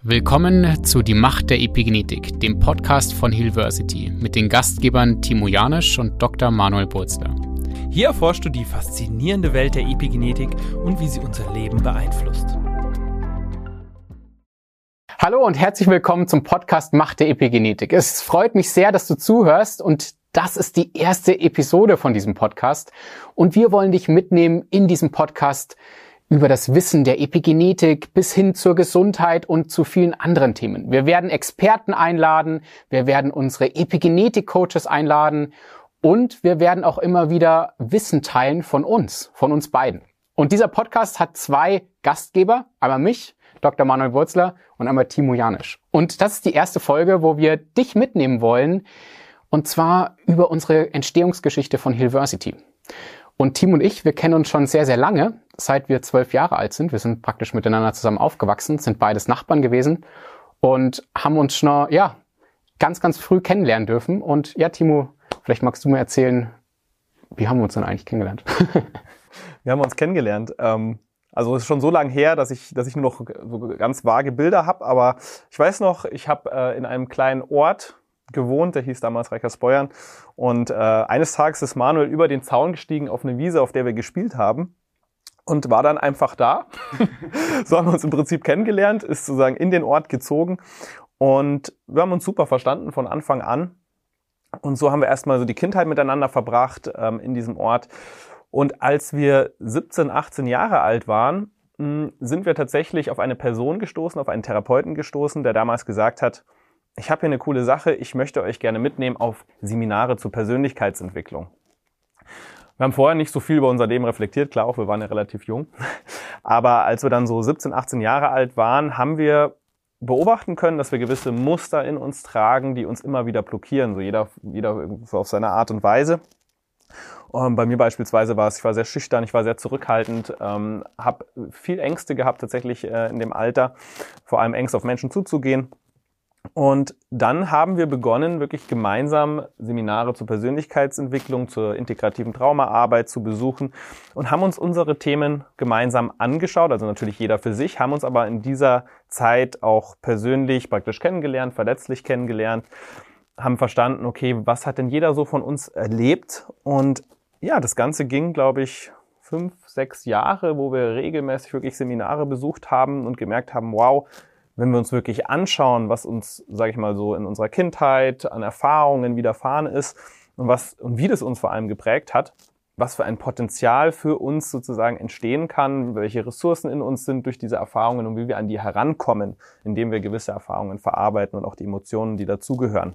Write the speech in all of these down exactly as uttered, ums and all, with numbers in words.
Willkommen zu Die Macht der Epigenetik, dem Podcast von Hillversity mit den Gastgebern Timo Janisch und Doktor Manuel Burzler. Hier erforschst du die faszinierende Welt der Epigenetik und wie sie unser Leben beeinflusst. Hallo und herzlich willkommen zum Podcast Macht der Epigenetik. Es freut mich sehr, dass du zuhörst und das ist die erste Episode von diesem Podcast. Und wir wollen dich mitnehmen in diesem Podcast über das Wissen der Epigenetik bis hin zur Gesundheit und zu vielen anderen Themen. Wir werden Experten einladen, wir werden unsere Epigenetik-Coaches einladen und wir werden auch immer wieder Wissen teilen von uns, von uns beiden. Und dieser Podcast hat zwei Gastgeber, einmal mich, Doktor Manuel Burzler, und einmal Timo Janisch. Und das ist die erste Folge, wo wir dich mitnehmen wollen, und zwar über unsere Entstehungsgeschichte von Hillversity. Und Timo und ich, wir kennen uns schon sehr, sehr lange, seit wir zwölf Jahre alt sind. Wir sind praktisch miteinander zusammen aufgewachsen, sind beides Nachbarn gewesen und haben uns schon, ja, ganz, ganz früh kennenlernen dürfen. Und ja, Timo, vielleicht magst du mir erzählen, wie haben wir uns denn eigentlich kennengelernt? Wir haben uns kennengelernt. Ähm, also es ist schon so lange her, dass ich, dass ich nur noch so ganz vage Bilder habe. Aber ich weiß noch, ich habe äh, in einem kleinen Ort gewohnt, der hieß damals Reichersbeuern. Und äh, eines Tages ist Manuel über den Zaun gestiegen auf eine Wiese, auf der wir gespielt haben. Und war dann einfach da. So haben wir uns im Prinzip kennengelernt, ist sozusagen in den Ort gezogen. Und wir haben uns super verstanden von Anfang an. Und so haben wir erstmal so die Kindheit miteinander verbracht ähm, in diesem Ort. Und als wir siebzehn, achtzehn Jahre alt waren, mh, sind wir tatsächlich auf eine Person gestoßen, auf einen Therapeuten gestoßen, der damals gesagt hat, ich habe hier eine coole Sache, ich möchte euch gerne mitnehmen auf Seminare zur Persönlichkeitsentwicklung. Wir haben vorher nicht so viel über unser Leben reflektiert, klar auch, wir waren ja relativ jung. Aber als wir dann so siebzehn, achtzehn Jahre alt waren, haben wir beobachten können, dass wir gewisse Muster in uns tragen, die uns immer wieder blockieren, so jeder, jeder auf seine Art und Weise. Und bei mir beispielsweise war es, ich war sehr schüchtern, ich war sehr zurückhaltend, ähm, habe viel Ängste gehabt tatsächlich äh, in dem Alter, vor allem Ängste auf Menschen zuzugehen. Und dann haben wir begonnen, wirklich gemeinsam Seminare zur Persönlichkeitsentwicklung, zur integrativen Traumaarbeit zu besuchen und haben uns unsere Themen gemeinsam angeschaut, also natürlich jeder für sich, haben uns aber in dieser Zeit auch persönlich praktisch kennengelernt, verletzlich kennengelernt, haben verstanden, okay, was hat denn jeder so von uns erlebt? Und ja, das Ganze ging, glaube ich, fünf, sechs Jahre, wo wir regelmäßig wirklich Seminare besucht haben und gemerkt haben, wow, wenn wir uns wirklich anschauen, was uns, sage ich mal so, in unserer Kindheit an Erfahrungen widerfahren ist und was und wie das uns vor allem geprägt hat, was für ein Potenzial für uns sozusagen entstehen kann, welche Ressourcen in uns sind durch diese Erfahrungen und wie wir an die herankommen, indem wir gewisse Erfahrungen verarbeiten und auch die Emotionen, die dazugehören.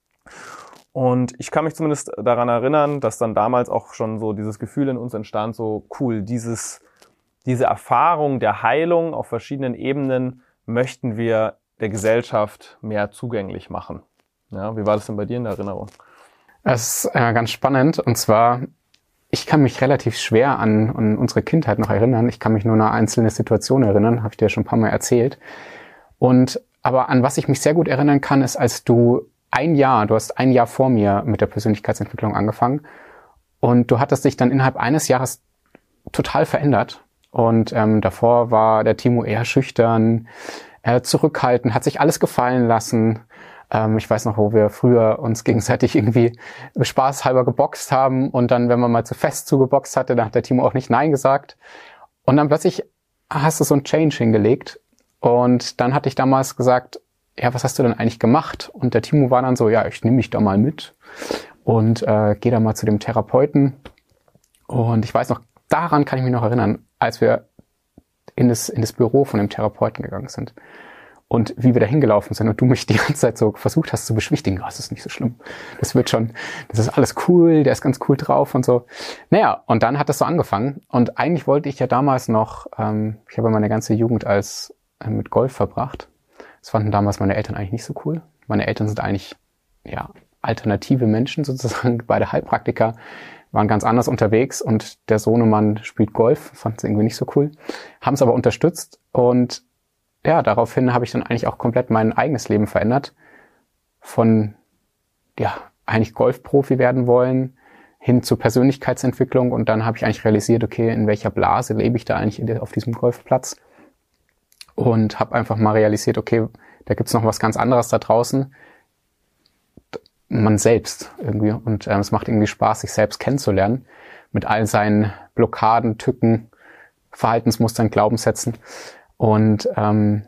Und ich kann mich zumindest daran erinnern, dass dann damals auch schon so dieses Gefühl in uns entstand, so cool, dieses, diese Erfahrung der Heilung auf verschiedenen Ebenen möchten wir der Gesellschaft mehr zugänglich machen. Ja, wie war das denn bei dir in der Erinnerung? Es ist äh, ganz spannend und zwar, ich kann mich relativ schwer an, an unsere Kindheit noch erinnern. Ich kann mich nur an eine einzelne Situation erinnern, habe ich dir schon ein paar Mal erzählt. Und aber an was ich mich sehr gut erinnern kann, ist, als du ein Jahr, du hast ein Jahr vor mir mit der Persönlichkeitsentwicklung angefangen und du hattest dich dann innerhalb eines Jahres total verändert. Und ähm, davor war der Timo eher schüchtern, äh, zurückhaltend, hat sich alles gefallen lassen. Ähm, ich weiß noch, wo wir früher uns gegenseitig irgendwie spaßhalber geboxt haben und dann, wenn man mal zu fest zugeboxt hatte, dann hat der Timo auch nicht Nein gesagt. Und dann plötzlich hast du so ein Change hingelegt und dann hatte ich damals gesagt, ja, was hast du denn eigentlich gemacht? Und der Timo war dann so, ja, ich nehme mich da mal mit und äh, gehe da mal zu dem Therapeuten. Und ich weiß noch, daran kann ich mich noch erinnern, als wir in das, in das Büro von dem Therapeuten gegangen sind und wie wir da hingelaufen sind und du mich die ganze Zeit so versucht hast zu beschwichtigen, oh, das ist nicht so schlimm, das wird schon, das ist alles cool, der ist ganz cool drauf und so. Naja, und dann hat das so angefangen und eigentlich wollte ich ja damals noch, ähm, ich habe meine ganze Jugend als äh, mit Golf verbracht. Das fanden damals meine Eltern eigentlich nicht so cool. Meine Eltern sind eigentlich, ja, alternative Menschen sozusagen, beide Heilpraktiker, waren ganz anders unterwegs und der Sohnemann spielt Golf, fand es irgendwie nicht so cool, haben es aber unterstützt und ja, daraufhin habe ich dann eigentlich auch komplett mein eigenes Leben verändert, von, ja, eigentlich Golfprofi werden wollen, hin zur Persönlichkeitsentwicklung und dann habe ich eigentlich realisiert, okay, in welcher Blase lebe ich da eigentlich auf diesem Golfplatz und habe einfach mal realisiert, okay, da gibt's noch was ganz anderes da draußen. Man selbst irgendwie. Und ähm, es macht irgendwie Spaß, sich selbst kennenzulernen mit all seinen Blockaden, Tücken, Verhaltensmustern, Glaubenssätzen. Und ähm,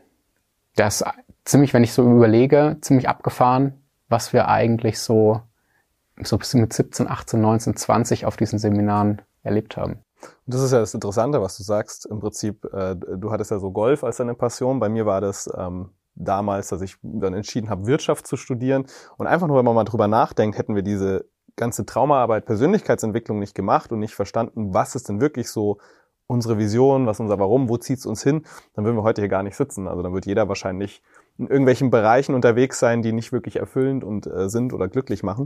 das ziemlich, wenn ich so überlege, ziemlich abgefahren, was wir eigentlich so, so bis mit siebzehn, achtzehn, neunzehn, zwanzig auf diesen Seminaren erlebt haben. Und das ist ja das Interessante, was du sagst. Im Prinzip, äh, du hattest ja so Golf als deine Passion. Bei mir war das ähm, damals, dass ich dann entschieden habe, Wirtschaft zu studieren. Und einfach nur, wenn man mal drüber nachdenkt, hätten wir diese ganze Traumaarbeit, Persönlichkeitsentwicklung nicht gemacht und nicht verstanden, was ist denn wirklich so unsere Vision, was unser Warum, wo zieht's uns hin, dann würden wir heute hier gar nicht sitzen. Also dann wird jeder wahrscheinlich in irgendwelchen Bereichen unterwegs sein, die nicht wirklich erfüllend und äh, sind oder glücklich machen.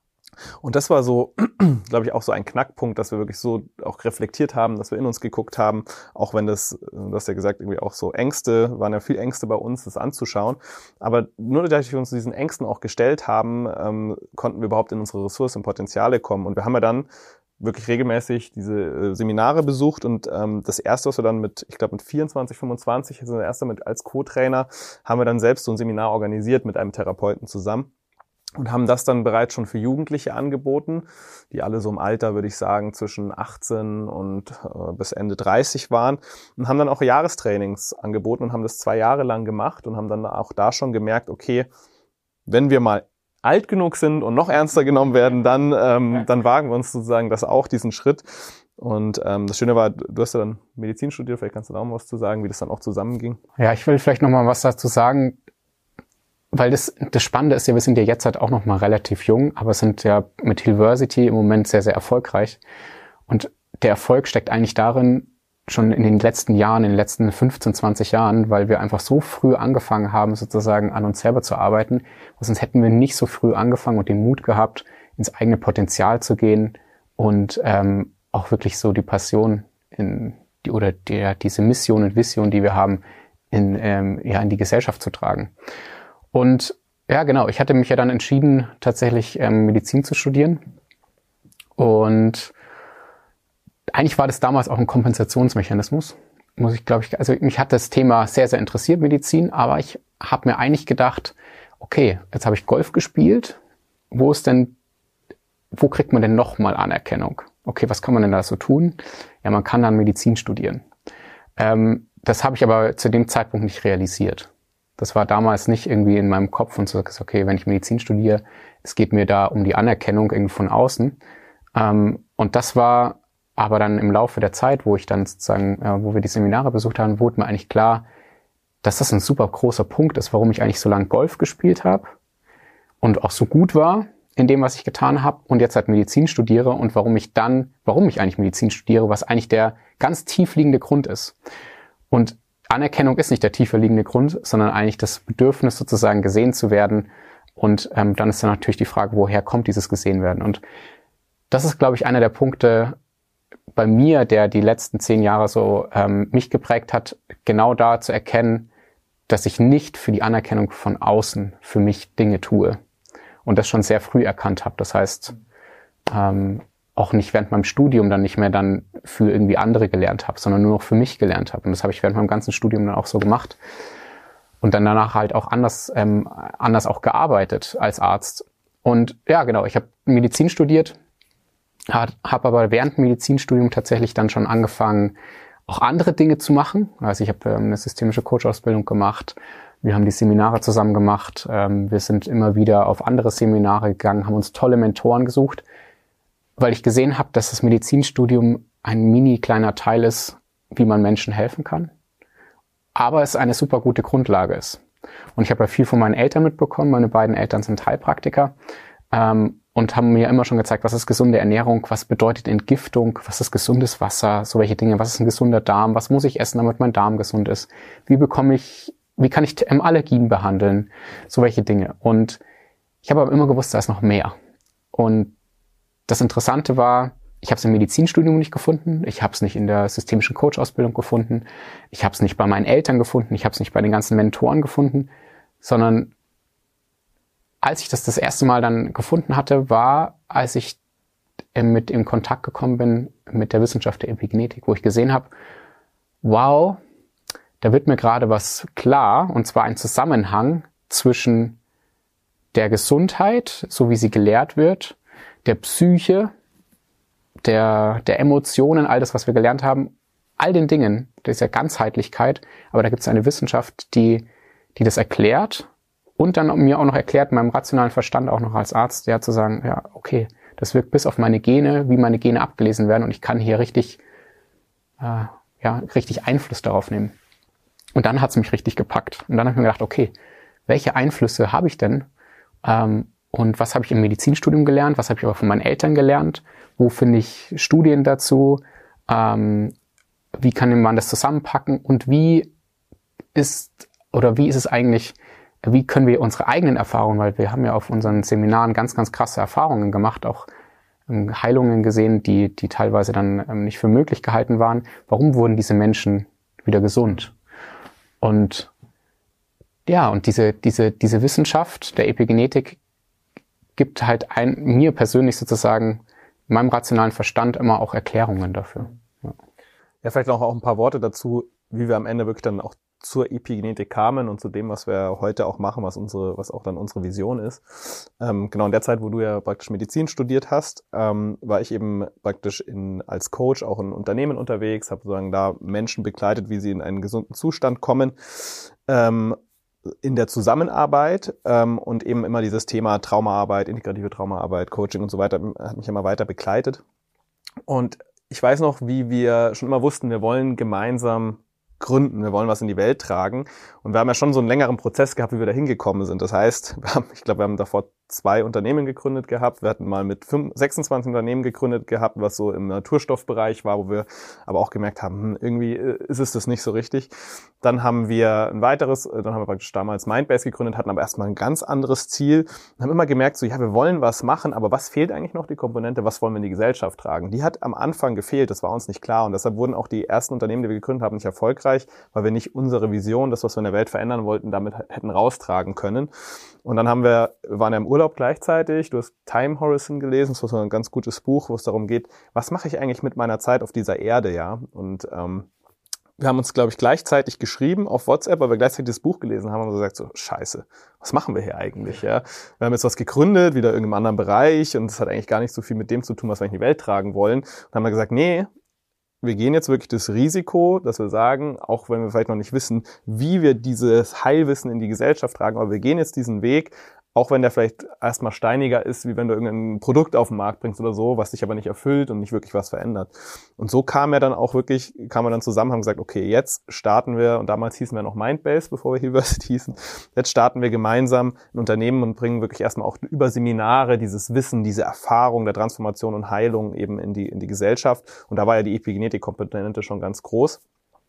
Und das war so, glaube ich, auch so ein Knackpunkt, dass wir wirklich so auch reflektiert haben, dass wir in uns geguckt haben, auch wenn das, du hast ja gesagt, irgendwie auch so Ängste, waren ja viel Ängste bei uns, das anzuschauen. Aber nur dadurch, dass wir uns diesen Ängsten auch gestellt haben, ähm, konnten wir überhaupt in unsere Ressourcen und Potenziale kommen. Und wir haben ja dann wirklich regelmäßig diese äh, Seminare besucht und ähm, das erste, was wir dann mit, ich glaube mit vierundzwanzig, fünfundzwanzig, also der erste mit als Co-Trainer, haben wir dann selbst so ein Seminar organisiert mit einem Therapeuten zusammen. Und haben das dann bereits schon für Jugendliche angeboten, die alle so im Alter, würde ich sagen, zwischen achtzehn und äh, bis Ende dreißig waren. Und haben dann auch Jahrestrainings angeboten und haben das zwei Jahre lang gemacht und haben dann auch da schon gemerkt, okay, wenn wir mal alt genug sind und noch ernster genommen werden, dann, ähm, dann wagen wir uns sozusagen das auch, diesen Schritt. Und ähm, das Schöne war, du hast ja dann Medizin studiert, vielleicht kannst du da auch was zu sagen, wie das dann auch zusammenging. Ja, ich will vielleicht nochmal was dazu sagen. Weil das, das Spannende ist ja, wir sind ja jetzt halt auch noch mal relativ jung, aber sind ja mit Hillversity im Moment sehr, sehr erfolgreich. Und der Erfolg steckt eigentlich darin, schon in den letzten Jahren, in den letzten fünfzehn, zwanzig Jahren, weil wir einfach so früh angefangen haben, sozusagen an uns selber zu arbeiten. Sonst hätten wir nicht so früh angefangen und den Mut gehabt, ins eigene Potenzial zu gehen und ähm, auch wirklich so die Passion in die oder der, diese Mission und Vision, die wir haben, in, ähm, ja, in die Gesellschaft zu tragen. Und ja, genau, ich hatte mich ja dann entschieden, tatsächlich ähm, Medizin zu studieren. Und eigentlich war das damals auch ein Kompensationsmechanismus, muss ich, glaube ich, also mich hat das Thema sehr, sehr interessiert, Medizin, aber ich habe mir eigentlich gedacht, okay, jetzt habe ich Golf gespielt, wo ist denn, wo kriegt man denn nochmal Anerkennung? Okay, was kann man denn da so tun? Ja, man kann dann Medizin studieren. Ähm, das habe ich aber zu dem Zeitpunkt nicht realisiert. Das war damals nicht irgendwie in meinem Kopf und so, okay, wenn ich Medizin studiere, es geht mir da um die Anerkennung irgendwie von außen. Ähm, und das war aber dann im Laufe der Zeit, wo ich dann sozusagen, äh, wo wir die Seminare besucht haben, wurde mir eigentlich klar, dass das ein super großer Punkt ist, warum ich eigentlich so lange Golf gespielt habe und auch so gut war in dem, was ich getan habe und jetzt halt Medizin studiere und warum ich dann, warum ich eigentlich Medizin studiere, was eigentlich der ganz tief liegende Grund ist. Und Anerkennung ist nicht der tiefer liegende Grund, sondern eigentlich das Bedürfnis, sozusagen gesehen zu werden. Und ähm, dann ist dann natürlich die Frage, woher kommt dieses Gesehenwerden? Und das ist, glaube ich, einer der Punkte bei mir, der die letzten zehn Jahre so ähm, mich geprägt hat, genau da zu erkennen, dass ich nicht für die Anerkennung von außen für mich Dinge tue. Und das schon sehr früh erkannt habe. Das heißt, ähm, auch nicht während meinem Studium dann nicht mehr dann für irgendwie andere gelernt habe, sondern nur noch für mich gelernt habe. Und das habe ich während meinem ganzen Studium dann auch so gemacht. Und dann danach halt auch anders, ähm, anders auch gearbeitet als Arzt. Und ja, genau, ich habe Medizin studiert, habe aber während dem Medizinstudium tatsächlich dann schon angefangen, auch andere Dinge zu machen. Also ich habe ähm, eine systemische Coach-Ausbildung gemacht. Wir haben die Seminare zusammen gemacht. Ähm, wir sind immer wieder auf andere Seminare gegangen, haben uns tolle Mentoren gesucht, weil ich gesehen habe, dass das Medizinstudium ein mini kleiner Teil ist, wie man Menschen helfen kann, aber es eine super gute Grundlage ist. Und ich habe ja viel von meinen Eltern mitbekommen. Meine beiden Eltern sind Heilpraktiker ähm, und haben mir immer schon gezeigt, was ist gesunde Ernährung, was bedeutet Entgiftung, was ist gesundes Wasser, so welche Dinge, was ist ein gesunder Darm, was muss ich essen, damit mein Darm gesund ist, wie bekomme ich, wie kann ich Allergien behandeln, so welche Dinge. Und ich habe aber immer gewusst, da ist noch mehr. Und das Interessante war, ich habe es im Medizinstudium nicht gefunden, ich habe es nicht in der systemischen Coach-Ausbildung gefunden, ich habe es nicht bei meinen Eltern gefunden, ich habe es nicht bei den ganzen Mentoren gefunden, sondern als ich das das erste Mal dann gefunden hatte, war, als ich mit in Kontakt gekommen bin mit der Wissenschaft der Epigenetik, wo ich gesehen habe, wow, da wird mir gerade was klar, und zwar ein Zusammenhang zwischen der Gesundheit, so wie sie gelehrt wird, der Psyche, der, der Emotionen, all das, was wir gelernt haben, all den Dingen, dieser Ganzheitlichkeit. Aber da gibt es eine Wissenschaft, die, die das erklärt und dann mir auch noch erklärt, meinem rationalen Verstand auch noch als Arzt, ja, zu sagen, ja, okay, das wirkt bis auf meine Gene, wie meine Gene abgelesen werden, und ich kann hier richtig, äh, ja, richtig Einfluss darauf nehmen. Und dann hat es mich richtig gepackt. Und dann habe ich mir gedacht, okay, welche Einflüsse habe ich denn? Ähm, und was habe ich im Medizinstudium gelernt? Was habe ich aber von meinen Eltern gelernt? Wo finde ich Studien dazu? Ähm, wie kann man das zusammenpacken? Und wie ist, oder wie ist es eigentlich, wie können wir unsere eigenen Erfahrungen, weil wir haben ja auf unseren Seminaren ganz, ganz krasse Erfahrungen gemacht, auch ähm, Heilungen gesehen, die, die teilweise dann ähm, nicht für möglich gehalten waren. Warum wurden diese Menschen wieder gesund? Und ja, und diese, diese, diese Wissenschaft der Epigenetik gibt halt ein, mir persönlich sozusagen, meinem rationalen Verstand immer auch Erklärungen dafür. Ja, ja, vielleicht noch auch ein paar Worte dazu, wie wir am Ende wirklich dann auch zur Epigenetik kamen und zu dem, was wir heute auch machen, was unsere, was auch dann unsere Vision ist. Ähm, genau in der Zeit, wo du ja praktisch Medizin studiert hast, ähm, war ich eben praktisch in, als Coach auch in Unternehmen unterwegs, habe sozusagen da Menschen begleitet, wie sie in einen gesunden Zustand kommen, ähm, in der Zusammenarbeit, ähm, und eben immer dieses Thema Traumaarbeit, integrative Traumaarbeit, Coaching und so weiter hat mich immer weiter begleitet. Und ich weiß noch, wie wir schon immer wussten, wir wollen gemeinsam gründen, wir wollen was in die Welt tragen. Und wir haben ja schon so einen längeren Prozess gehabt, wie wir da hingekommen sind. Das heißt, wir haben, ich glaube, wir haben davor zwei Unternehmen gegründet gehabt. Wir hatten mal mit sechsundzwanzig Unternehmen gegründet gehabt, was so im Naturstoffbereich war, wo wir aber auch gemerkt haben, hm, irgendwie ist es das nicht so richtig. Dann haben wir ein weiteres, dann haben wir praktisch damals Mindbase gegründet, hatten aber erstmal ein ganz anderes Ziel und haben immer gemerkt, so ja, wir wollen was machen, aber was fehlt eigentlich noch, die Komponente, was wollen wir in die Gesellschaft tragen? Die hat am Anfang gefehlt, das war uns nicht klar, und deshalb wurden auch die ersten Unternehmen, die wir gegründet haben, nicht erfolgreich, weil wir nicht unsere Vision, das, was wir in der Welt verändern wollten, damit hätten raustragen können. Und dann haben wir, wir waren ja im Urlaub gleichzeitig, du hast Time Horizon gelesen, das war so ein ganz gutes Buch, wo es darum geht, was mache ich eigentlich mit meiner Zeit auf dieser Erde, ja? Und ähm, wir haben uns, glaube ich, gleichzeitig geschrieben auf WhatsApp, weil wir gleichzeitig das Buch gelesen haben und gesagt, so, scheiße, was machen wir hier eigentlich, ja? Wir haben jetzt was gegründet, wieder in irgendeinem anderen Bereich, und es hat eigentlich gar nicht so viel mit dem zu tun, was wir in die Welt tragen wollen. Und haben wir gesagt, nee, wir gehen jetzt wirklich das Risiko, dass wir sagen, auch wenn wir vielleicht noch nicht wissen, wie wir dieses Heilwissen in die Gesellschaft tragen, aber wir gehen jetzt diesen Weg, auch wenn der vielleicht erstmal steiniger ist, wie wenn du irgendein Produkt auf den Markt bringst oder so, was dich aber nicht erfüllt und nicht wirklich was verändert. Und so kam er dann auch wirklich, kam er dann zusammen, haben gesagt, okay, jetzt starten wir, und damals hießen wir noch Mindbase, bevor wir Healversity hießen, jetzt starten wir gemeinsam ein Unternehmen und bringen wirklich erstmal auch über Seminare dieses Wissen, diese Erfahrung der Transformation und Heilung eben in die, in die Gesellschaft. Und da war ja die Epigenetik-Komponente schon ganz groß.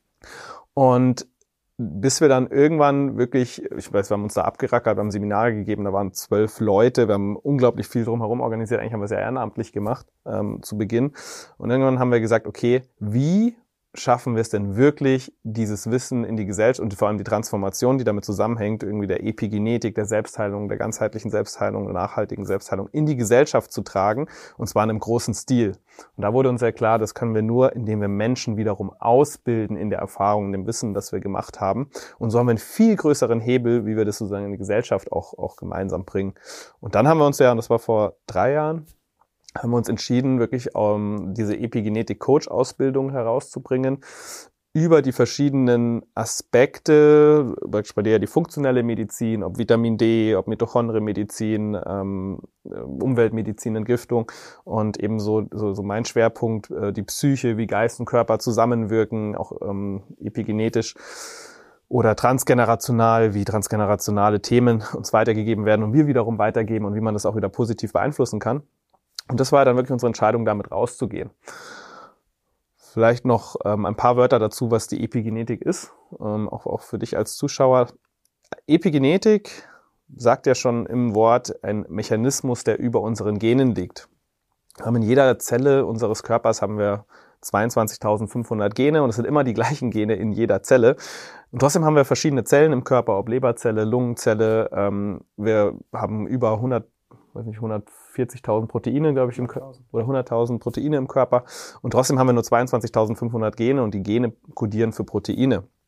Und bis wir dann irgendwann wirklich, ich weiß, wir haben uns da abgerackert, wir haben Seminare gegeben, da waren zwölf Leute, wir haben unglaublich viel drumherum organisiert, eigentlich haben wir es ja ehrenamtlich gemacht ähm, zu Beginn. Und irgendwann haben wir gesagt, okay, wie schaffen wir es denn wirklich, dieses Wissen in die Gesellschaft und vor allem die Transformation, die damit zusammenhängt, irgendwie der Epigenetik, der Selbstheilung, der ganzheitlichen Selbstheilung, der nachhaltigen Selbstheilung in die Gesellschaft zu tragen, und zwar in einem großen Stil. Und da wurde uns sehr klar, das können wir nur, indem wir Menschen wiederum ausbilden in der Erfahrung, in dem Wissen, das wir gemacht haben. Und so haben wir einen viel größeren Hebel, wie wir das sozusagen in die Gesellschaft auch, auch gemeinsam bringen. Und dann haben wir uns ja, und das war vor drei Jahren, haben wir uns entschieden, wirklich um, diese Epigenetik-Coach-Ausbildung herauszubringen über die verschiedenen Aspekte, bei der die funktionelle Medizin, ob Vitamin D, ob Mitochondrienmedizin, ähm, Umweltmedizin, Entgiftung, und eben so, so, so mein Schwerpunkt, äh, die Psyche, wie Geist und Körper zusammenwirken, auch ähm, epigenetisch oder transgenerational, wie transgenerationale Themen uns weitergegeben werden und wir wiederum weitergeben und wie man das auch wieder positiv beeinflussen kann. Und das war dann wirklich unsere Entscheidung, damit rauszugehen. Vielleicht noch ähm, ein paar Wörter dazu, was die Epigenetik ist, ähm, auch, auch für dich als Zuschauer. Epigenetik sagt ja schon im Wort ein Mechanismus, der über unseren Genen liegt. Wir haben in jeder Zelle unseres Körpers haben wir zweiundzwanzigtausendfünfhundert Gene, und es sind immer die gleichen Gene in jeder Zelle. Und trotzdem haben wir verschiedene Zellen im Körper, ob Leberzelle, Lungenzelle. Ähm, wir haben über hundert, weiß nicht, hundertvierzigtausend Proteine, glaube ich, im Körper, oder hunderttausend Proteine im Körper. Und trotzdem haben wir nur zweiundzwanzigtausendfünfhundert Gene, und die Gene kodieren für Proteine.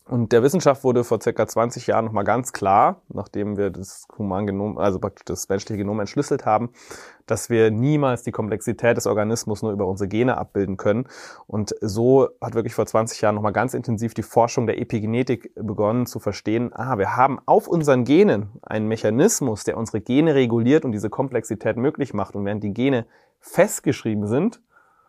Und der Wissenschaft wurde vor circa zwanzig Jahren nochmal ganz klar, nachdem wir das Humangenom, also praktisch das menschliche Genom entschlüsselt haben, dass wir niemals die Komplexität des Organismus nur über unsere Gene abbilden können. Und so hat wirklich vor zwanzig Jahren nochmal ganz intensiv die Forschung der Epigenetik begonnen zu verstehen, ah, wir haben auf unseren Genen einen Mechanismus, der unsere Gene reguliert und diese Komplexität möglich macht. Und während die Gene festgeschrieben sind,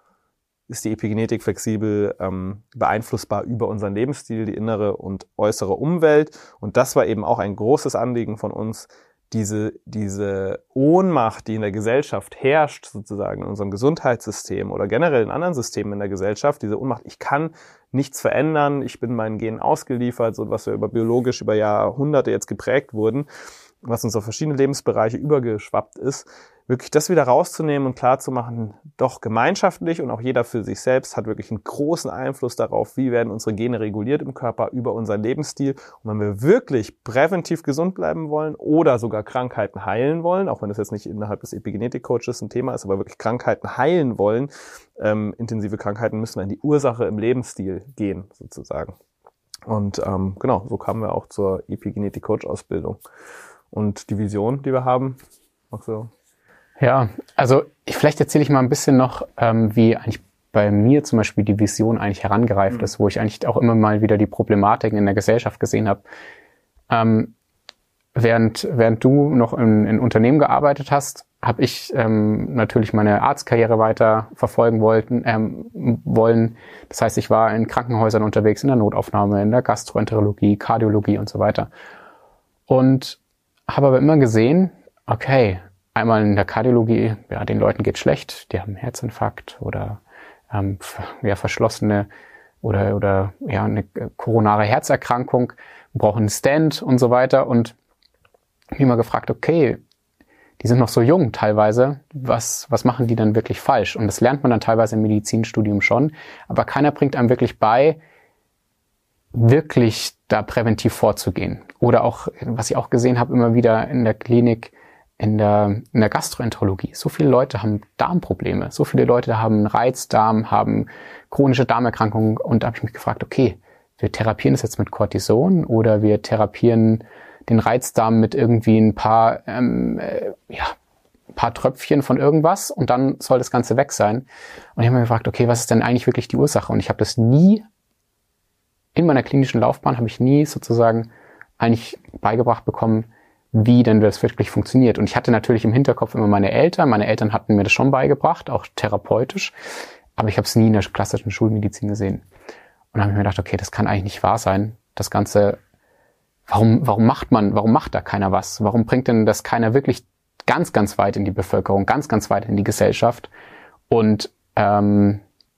ist die Epigenetik flexibel ähm, beeinflussbar über unseren Lebensstil, die innere und äußere Umwelt. Und das war eben auch ein großes Anliegen von uns, diese, diese Ohnmacht, die in der Gesellschaft herrscht, sozusagen in unserem Gesundheitssystem oder generell in anderen Systemen in der Gesellschaft, diese Ohnmacht, ich kann nichts verändern, ich bin meinen Genen ausgeliefert, so was wir über biologisch über Jahrhunderte jetzt geprägt wurden, was uns auf verschiedene Lebensbereiche übergeschwappt ist, wirklich das wieder rauszunehmen und klarzumachen, doch gemeinschaftlich und auch jeder für sich selbst hat wirklich einen großen Einfluss darauf, wie werden unsere Gene reguliert im Körper über unseren Lebensstil. Und wenn wir wirklich präventiv gesund bleiben wollen oder sogar Krankheiten heilen wollen, auch wenn das jetzt nicht innerhalb des Epigenetik-Coaches ein Thema ist, aber wirklich Krankheiten heilen wollen, ähm, intensive Krankheiten, müssen wir in die Ursache im Lebensstil gehen, sozusagen. Und ähm, genau, so kamen wir auch zur Epigenetik-Coach-Ausbildung. Und die Vision, die wir haben, magst du? Ja, also ich, vielleicht erzähle ich mal ein bisschen noch, ähm, wie eigentlich bei mir zum Beispiel die Vision eigentlich herangereift mhm. ist, wo ich eigentlich auch immer mal wieder die Problematiken in der Gesellschaft gesehen habe. Ähm, während während du noch in, in Unternehmen gearbeitet hast, habe ich ähm, natürlich meine Arztkarriere weiter verfolgen wollten, ähm, wollen. Das heißt, ich war in Krankenhäusern unterwegs, in der Notaufnahme, in der Gastroenterologie, Kardiologie und so weiter. Und habe aber immer gesehen, okay, einmal in der Kardiologie, ja, den Leuten geht's schlecht, die haben einen Herzinfarkt oder ähm, ja, verschlossene oder oder ja eine koronare Herzerkrankung, brauchen einen Stent und so weiter. Und ich habe immer gefragt, okay, die sind noch so jung teilweise, was was machen die dann wirklich falsch? Und das lernt man dann teilweise im Medizinstudium schon, aber keiner bringt einem wirklich bei, wirklich da präventiv vorzugehen. Oder auch, was ich auch gesehen habe, immer wieder in der Klinik, in der, in der Gastroenterologie. So viele Leute haben Darmprobleme. So viele Leute haben Reizdarm, haben chronische Darmerkrankungen. Und da habe ich mich gefragt, okay, wir therapieren das jetzt mit Cortison oder wir therapieren den Reizdarm mit irgendwie ein paar, ähm, äh, ja, ein paar Tröpfchen von irgendwas und dann soll das Ganze weg sein. Und ich habe mir gefragt, okay, was ist denn eigentlich wirklich die Ursache? Und ich habe das nie, in meiner klinischen Laufbahn habe ich nie sozusagen eigentlich beigebracht bekommen, wie denn das wirklich funktioniert. Und ich hatte natürlich im Hinterkopf immer meine Eltern. Meine Eltern hatten mir das schon beigebracht, auch therapeutisch. Aber ich habe es nie in der klassischen Schulmedizin gesehen. Und dann habe ich mir gedacht, okay, das kann eigentlich nicht wahr sein. Das Ganze, warum, warum macht man, warum macht da keiner was? Warum bringt denn das keiner wirklich ganz, ganz weit in die Bevölkerung, ganz, ganz weit in die Gesellschaft? Und ähm,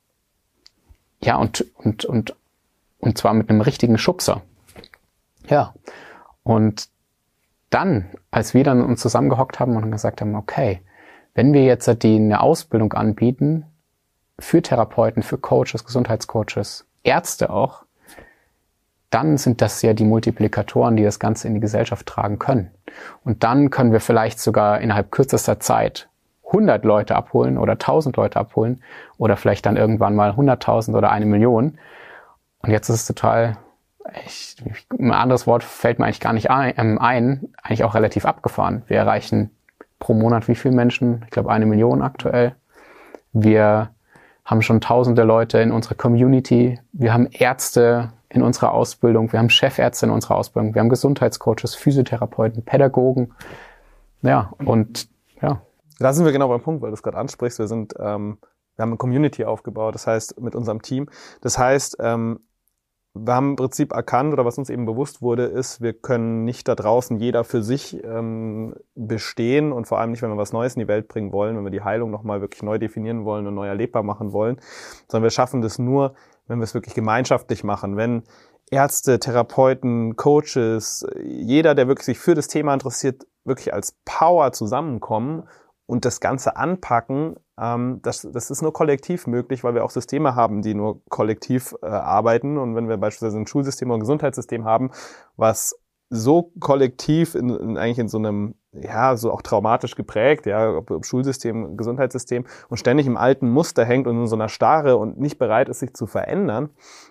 ja, und, und, und, und zwar mit einem richtigen Schubser. Ja, und dann, als wir dann uns zusammengehockt haben und gesagt haben, okay, wenn wir jetzt die eine Ausbildung anbieten für Therapeuten, für Coaches, Gesundheitscoaches, Ärzte auch, dann sind das ja die Multiplikatoren, die das Ganze in die Gesellschaft tragen können. Und dann können wir vielleicht sogar innerhalb kürzester Zeit hundert Leute abholen oder tausend Leute abholen oder vielleicht dann irgendwann mal hunderttausend oder eine Million. Und jetzt ist es total... Ich, ein anderes Wort fällt mir eigentlich gar nicht ein, ähm, ein, eigentlich auch relativ abgefahren. Wir erreichen pro Monat wie viele Menschen? Ich glaube eine Million aktuell. Wir haben schon tausende Leute in unserer Community. Wir haben Ärzte in unserer Ausbildung. Wir haben Chefärzte in unserer Ausbildung. Wir haben Gesundheitscoaches, Physiotherapeuten, Pädagogen. Ja, und ja. Da sind wir genau beim Punkt, weil du es gerade ansprichst. Wir sind, ähm, wir haben eine Community aufgebaut, das heißt, mit unserem Team. Das heißt, ähm, wir haben im Prinzip erkannt, oder was uns eben bewusst wurde, ist, wir können nicht da draußen jeder für sich ähm, bestehen und vor allem nicht, wenn wir was Neues in die Welt bringen wollen, wenn wir die Heilung nochmal wirklich neu definieren wollen und neu erlebbar machen wollen, sondern wir schaffen das nur, wenn wir es wirklich gemeinschaftlich machen, wenn Ärzte, Therapeuten, Coaches, jeder, der wirklich sich für das Thema interessiert, wirklich als Power zusammenkommen und das Ganze anpacken. Ähm, das, das ist nur kollektiv möglich, weil wir auch Systeme haben, die nur kollektiv äh, arbeiten. Und wenn wir beispielsweise ein Schulsystem oder ein Gesundheitssystem haben, was so kollektiv in, in eigentlich in so einem, ja, so auch traumatisch geprägt, ja, ob, ob Schulsystem, Gesundheitssystem und ständig im alten Muster hängt und in so einer Starre und nicht bereit ist, sich zu verändern,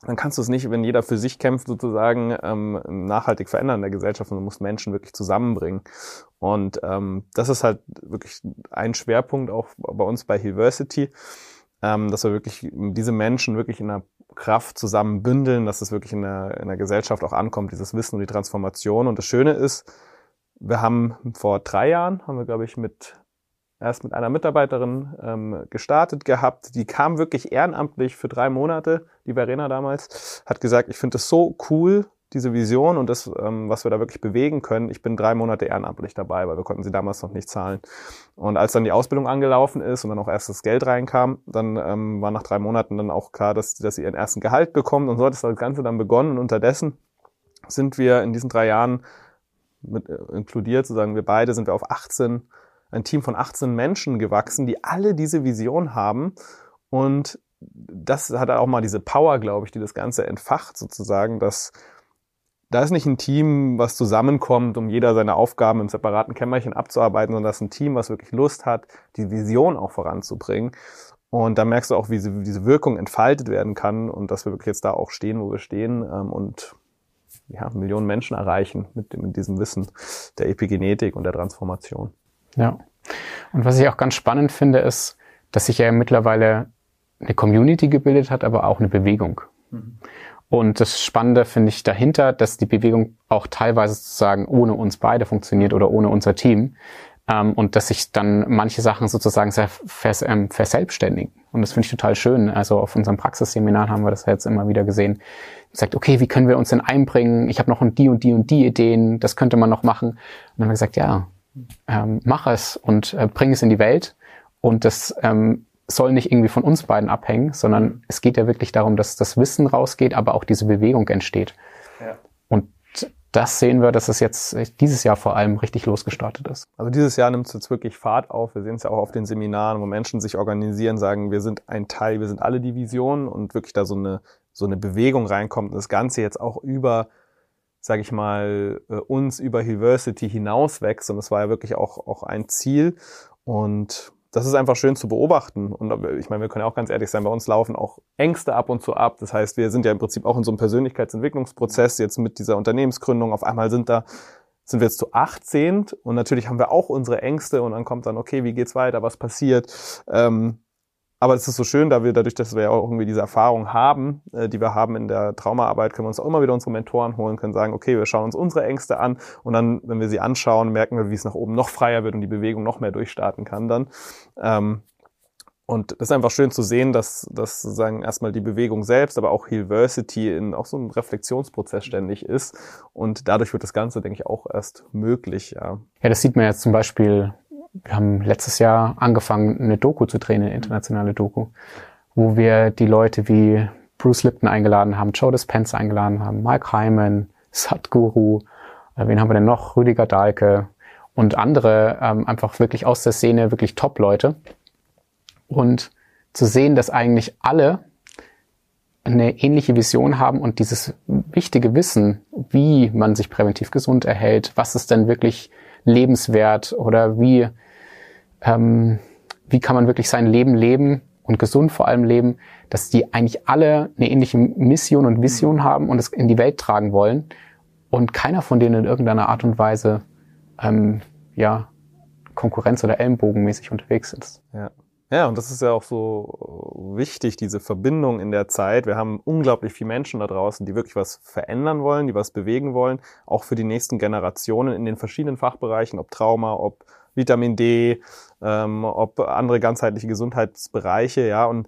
dann kannst du es nicht, wenn jeder für sich kämpft, sozusagen ähm, nachhaltig verändern in der Gesellschaft, sondern du musst Menschen wirklich zusammenbringen. Und ähm, das ist halt wirklich ein Schwerpunkt auch bei uns bei Healversity, ähm, dass wir wirklich diese Menschen wirklich in der Kraft zusammen bündeln, dass es wirklich in der, in der Gesellschaft auch ankommt, dieses Wissen und die Transformation. Und das Schöne ist, wir haben vor drei Jahren, haben wir, glaube ich, mit erst mit einer Mitarbeiterin ähm, gestartet gehabt. Die kam wirklich ehrenamtlich für drei Monate, die Verena damals, hat gesagt, ich finde das so cool, diese Vision und das, ähm, was wir da wirklich bewegen können. Ich bin drei Monate ehrenamtlich dabei, weil wir konnten sie damals noch nicht zahlen. Und als dann die Ausbildung angelaufen ist und dann auch erst das Geld reinkam, dann ähm, war nach drei Monaten dann auch klar, dass, dass sie ihren ersten Gehalt bekommt und so hat das Ganze dann begonnen. Und unterdessen sind wir in diesen drei Jahren mit äh, inkludiert, sozusagen wir beide, sind wir auf achtzehn, ein Team von achtzehn Menschen gewachsen, die alle diese Vision haben. Und das hat auch mal diese Power, glaube ich, die das Ganze entfacht sozusagen, dass da ist nicht ein Team, was zusammenkommt, um jeder seine Aufgaben im separaten Kämmerchen abzuarbeiten, sondern das ist ein Team, was wirklich Lust hat, die Vision auch voranzubringen. Und da merkst du auch, wie diese Wirkung entfaltet werden kann und dass wir wirklich jetzt da auch stehen, wo wir stehen und ja, Millionen Menschen erreichen mit, mit diesem Wissen der Epigenetik und der Transformation. Ja. Und was ich auch ganz spannend finde, ist, dass sich ja mittlerweile eine Community gebildet hat, aber auch eine Bewegung. Mhm. Und das Spannende finde ich dahinter, dass die Bewegung auch teilweise sozusagen ohne uns beide funktioniert oder ohne unser Team. Ähm, und dass sich dann manche Sachen sozusagen sehr vers- ähm, verselbstständigen. Und das finde ich total schön. Also auf unserem Praxisseminar haben wir das jetzt immer wieder gesehen. Sagt, okay, wie können wir uns denn einbringen? Ich habe noch die und die und die Ideen, das könnte man noch machen. Und dann haben wir gesagt, ja, ähm, mach es und äh, bring es in die Welt. Und das ähm, soll nicht irgendwie von uns beiden abhängen, sondern es geht ja wirklich darum, dass das Wissen rausgeht, aber auch diese Bewegung entsteht. Ja. Und das sehen wir, dass es jetzt dieses Jahr vor allem richtig losgestartet ist. Also dieses Jahr nimmt es jetzt wirklich Fahrt auf. Wir sehen es ja auch auf den Seminaren, wo Menschen sich organisieren, sagen, wir sind ein Teil, wir sind alle die Vision und wirklich da so eine so eine Bewegung reinkommt und das Ganze jetzt auch über, sage ich mal, uns über Healversity hinaus wächst. Und das war ja wirklich auch auch ein Ziel. Und das ist einfach schön zu beobachten. Und ich meine, wir können ja auch ganz ehrlich sein, bei uns laufen auch Ängste ab und zu ab. Das heißt, wir sind ja im Prinzip auch in so einem Persönlichkeitsentwicklungsprozess jetzt mit dieser Unternehmensgründung. Auf einmal sind da, sind wir jetzt zu achtzehn und natürlich haben wir auch unsere Ängste und dann kommt dann, okay, wie geht's weiter, was passiert? Ähm, aber es ist so schön, da wir dadurch, dass wir ja auch irgendwie diese Erfahrung haben, äh, die wir haben in der Traumaarbeit, können wir uns auch immer wieder unsere Mentoren holen, können sagen, okay, wir schauen uns unsere Ängste an und dann, wenn wir sie anschauen, merken wir, wie es nach oben noch freier wird und die Bewegung noch mehr durchstarten kann dann. Ähm, und das ist einfach schön zu sehen, dass, dass sozusagen erstmal die Bewegung selbst, aber auch Healversity in auch so einem Reflexionsprozess ständig ist und dadurch wird das Ganze, denke ich, auch erst möglich. Ja, ja das sieht man jetzt zum Beispiel. Wir haben letztes Jahr angefangen, eine Doku zu drehen, eine internationale Doku, wo wir die Leute wie Bruce Lipton eingeladen haben, Joe Dispenza eingeladen haben, Mike Hyman, Sadhguru, äh, wen haben wir denn noch? Rüdiger Dahlke und andere, ähm, einfach wirklich aus der Szene, wirklich Top-Leute. Und zu sehen, dass eigentlich alle eine ähnliche Vision haben und dieses wichtige Wissen, wie man sich präventiv gesund erhält, was ist denn wirklich lebenswert oder wie ähm, wie kann man wirklich sein Leben leben und gesund vor allem leben, dass die eigentlich alle eine ähnliche Mission und Vision haben und es in die Welt tragen wollen und keiner von denen in irgendeiner Art und Weise ähm, ja Konkurrenz- oder Ellenbogenmäßig unterwegs ist. Ja. Ja, und das ist ja auch so wichtig, diese Verbindung in der Zeit. Wir haben unglaublich viele Menschen da draußen, die wirklich was verändern wollen, die was bewegen wollen, auch für die nächsten Generationen in den verschiedenen Fachbereichen, ob Trauma, ob Vitamin D, ähm, ob andere ganzheitliche Gesundheitsbereiche, ja, und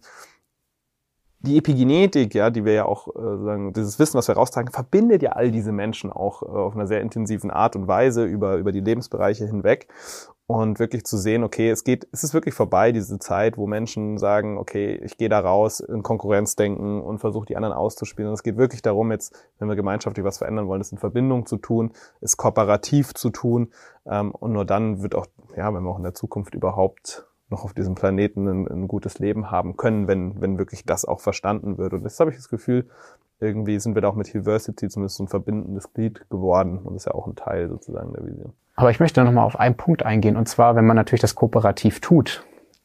die Epigenetik, ja, die wir ja auch äh, sagen, dieses Wissen, was wir raustragen, verbindet ja all diese Menschen auch äh, auf einer sehr intensiven Art und Weise über über die Lebensbereiche hinweg. Und wirklich zu sehen, okay, es geht, es ist wirklich vorbei, diese Zeit, wo Menschen sagen, okay, ich gehe da raus in Konkurrenzdenken und versuche die anderen auszuspielen. Und es geht wirklich darum, jetzt, wenn wir gemeinschaftlich was verändern wollen, es in Verbindung zu tun, es kooperativ zu tun. Ähm, und nur dann wird auch, ja, wenn wir auch in der Zukunft überhaupt noch auf diesem Planeten ein, ein gutes Leben haben können, wenn wenn wirklich das auch verstanden wird. Und jetzt habe ich das Gefühl, irgendwie sind wir da auch mit Healversity zumindest so ein verbindendes Glied geworden. Und das ist ja auch ein Teil sozusagen der Vision. Aber ich möchte noch mal auf einen Punkt eingehen, und zwar, wenn man natürlich das kooperativ tut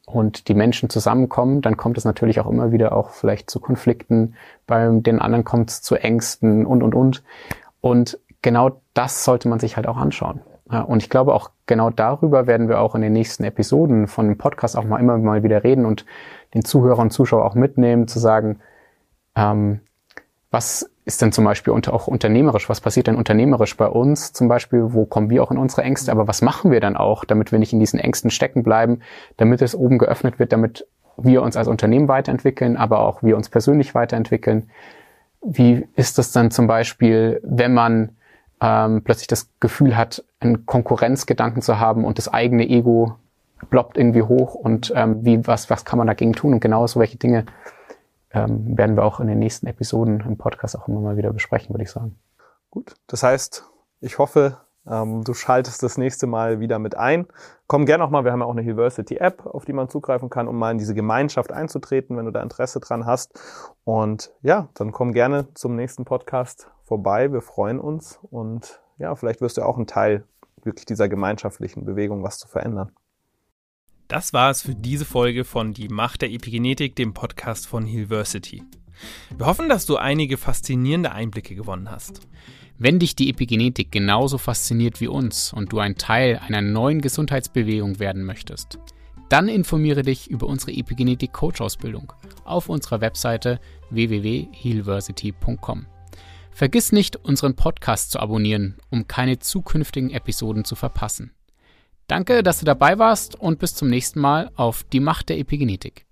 und die Menschen zusammenkommen, dann kommt es natürlich auch immer wieder auch vielleicht zu Konflikten, bei den anderen kommt es zu Ängsten und, und, und. Und genau das sollte man sich halt auch anschauen. Ja, und ich glaube auch genau darüber werden wir auch in den nächsten Episoden von dem Podcast auch mal immer mal wieder reden und den Zuhörern und Zuschauern auch mitnehmen, zu sagen, ähm, was ist denn zum Beispiel unter, auch unternehmerisch, was passiert denn unternehmerisch bei uns zum Beispiel, wo kommen wir auch in unsere Ängste, aber was machen wir dann auch, damit wir nicht in diesen Ängsten stecken bleiben, damit es oben geöffnet wird, damit wir uns als Unternehmen weiterentwickeln, aber auch wir uns persönlich weiterentwickeln. Wie ist das dann zum Beispiel, wenn man ähm, plötzlich das Gefühl hat, einen Konkurrenzgedanken zu haben und das eigene Ego ploppt irgendwie hoch und ähm, wie was was kann man dagegen tun? Und genau so welche Dinge ähm, werden wir auch in den nächsten Episoden im Podcast auch immer mal wieder besprechen, würde ich sagen. Gut, das heißt, ich hoffe, ähm, du schaltest das nächste Mal wieder mit ein. Komm gerne auch mal, wir haben ja auch eine Hillversity-App, auf die man zugreifen kann, um mal in diese Gemeinschaft einzutreten, wenn du da Interesse dran hast. Und ja, dann komm gerne zum nächsten Podcast vorbei. Wir freuen uns und ja, vielleicht wirst du auch ein Teil wirklich dieser gemeinschaftlichen Bewegung, was zu verändern. Das war es für diese Folge von Die Macht der Epigenetik, dem Podcast von Hillversity. Wir hoffen, dass du einige faszinierende Einblicke gewonnen hast. Wenn dich die Epigenetik genauso fasziniert wie uns und du ein Teil einer neuen Gesundheitsbewegung werden möchtest, dann informiere dich über unsere Epigenetik-Coach-Ausbildung auf unserer Webseite w w w punkt hillversity punkt com. Vergiss nicht, unseren Podcast zu abonnieren, um keine zukünftigen Episoden zu verpassen. Danke, dass du dabei warst und bis zum nächsten Mal auf Die Macht der Epigenetik.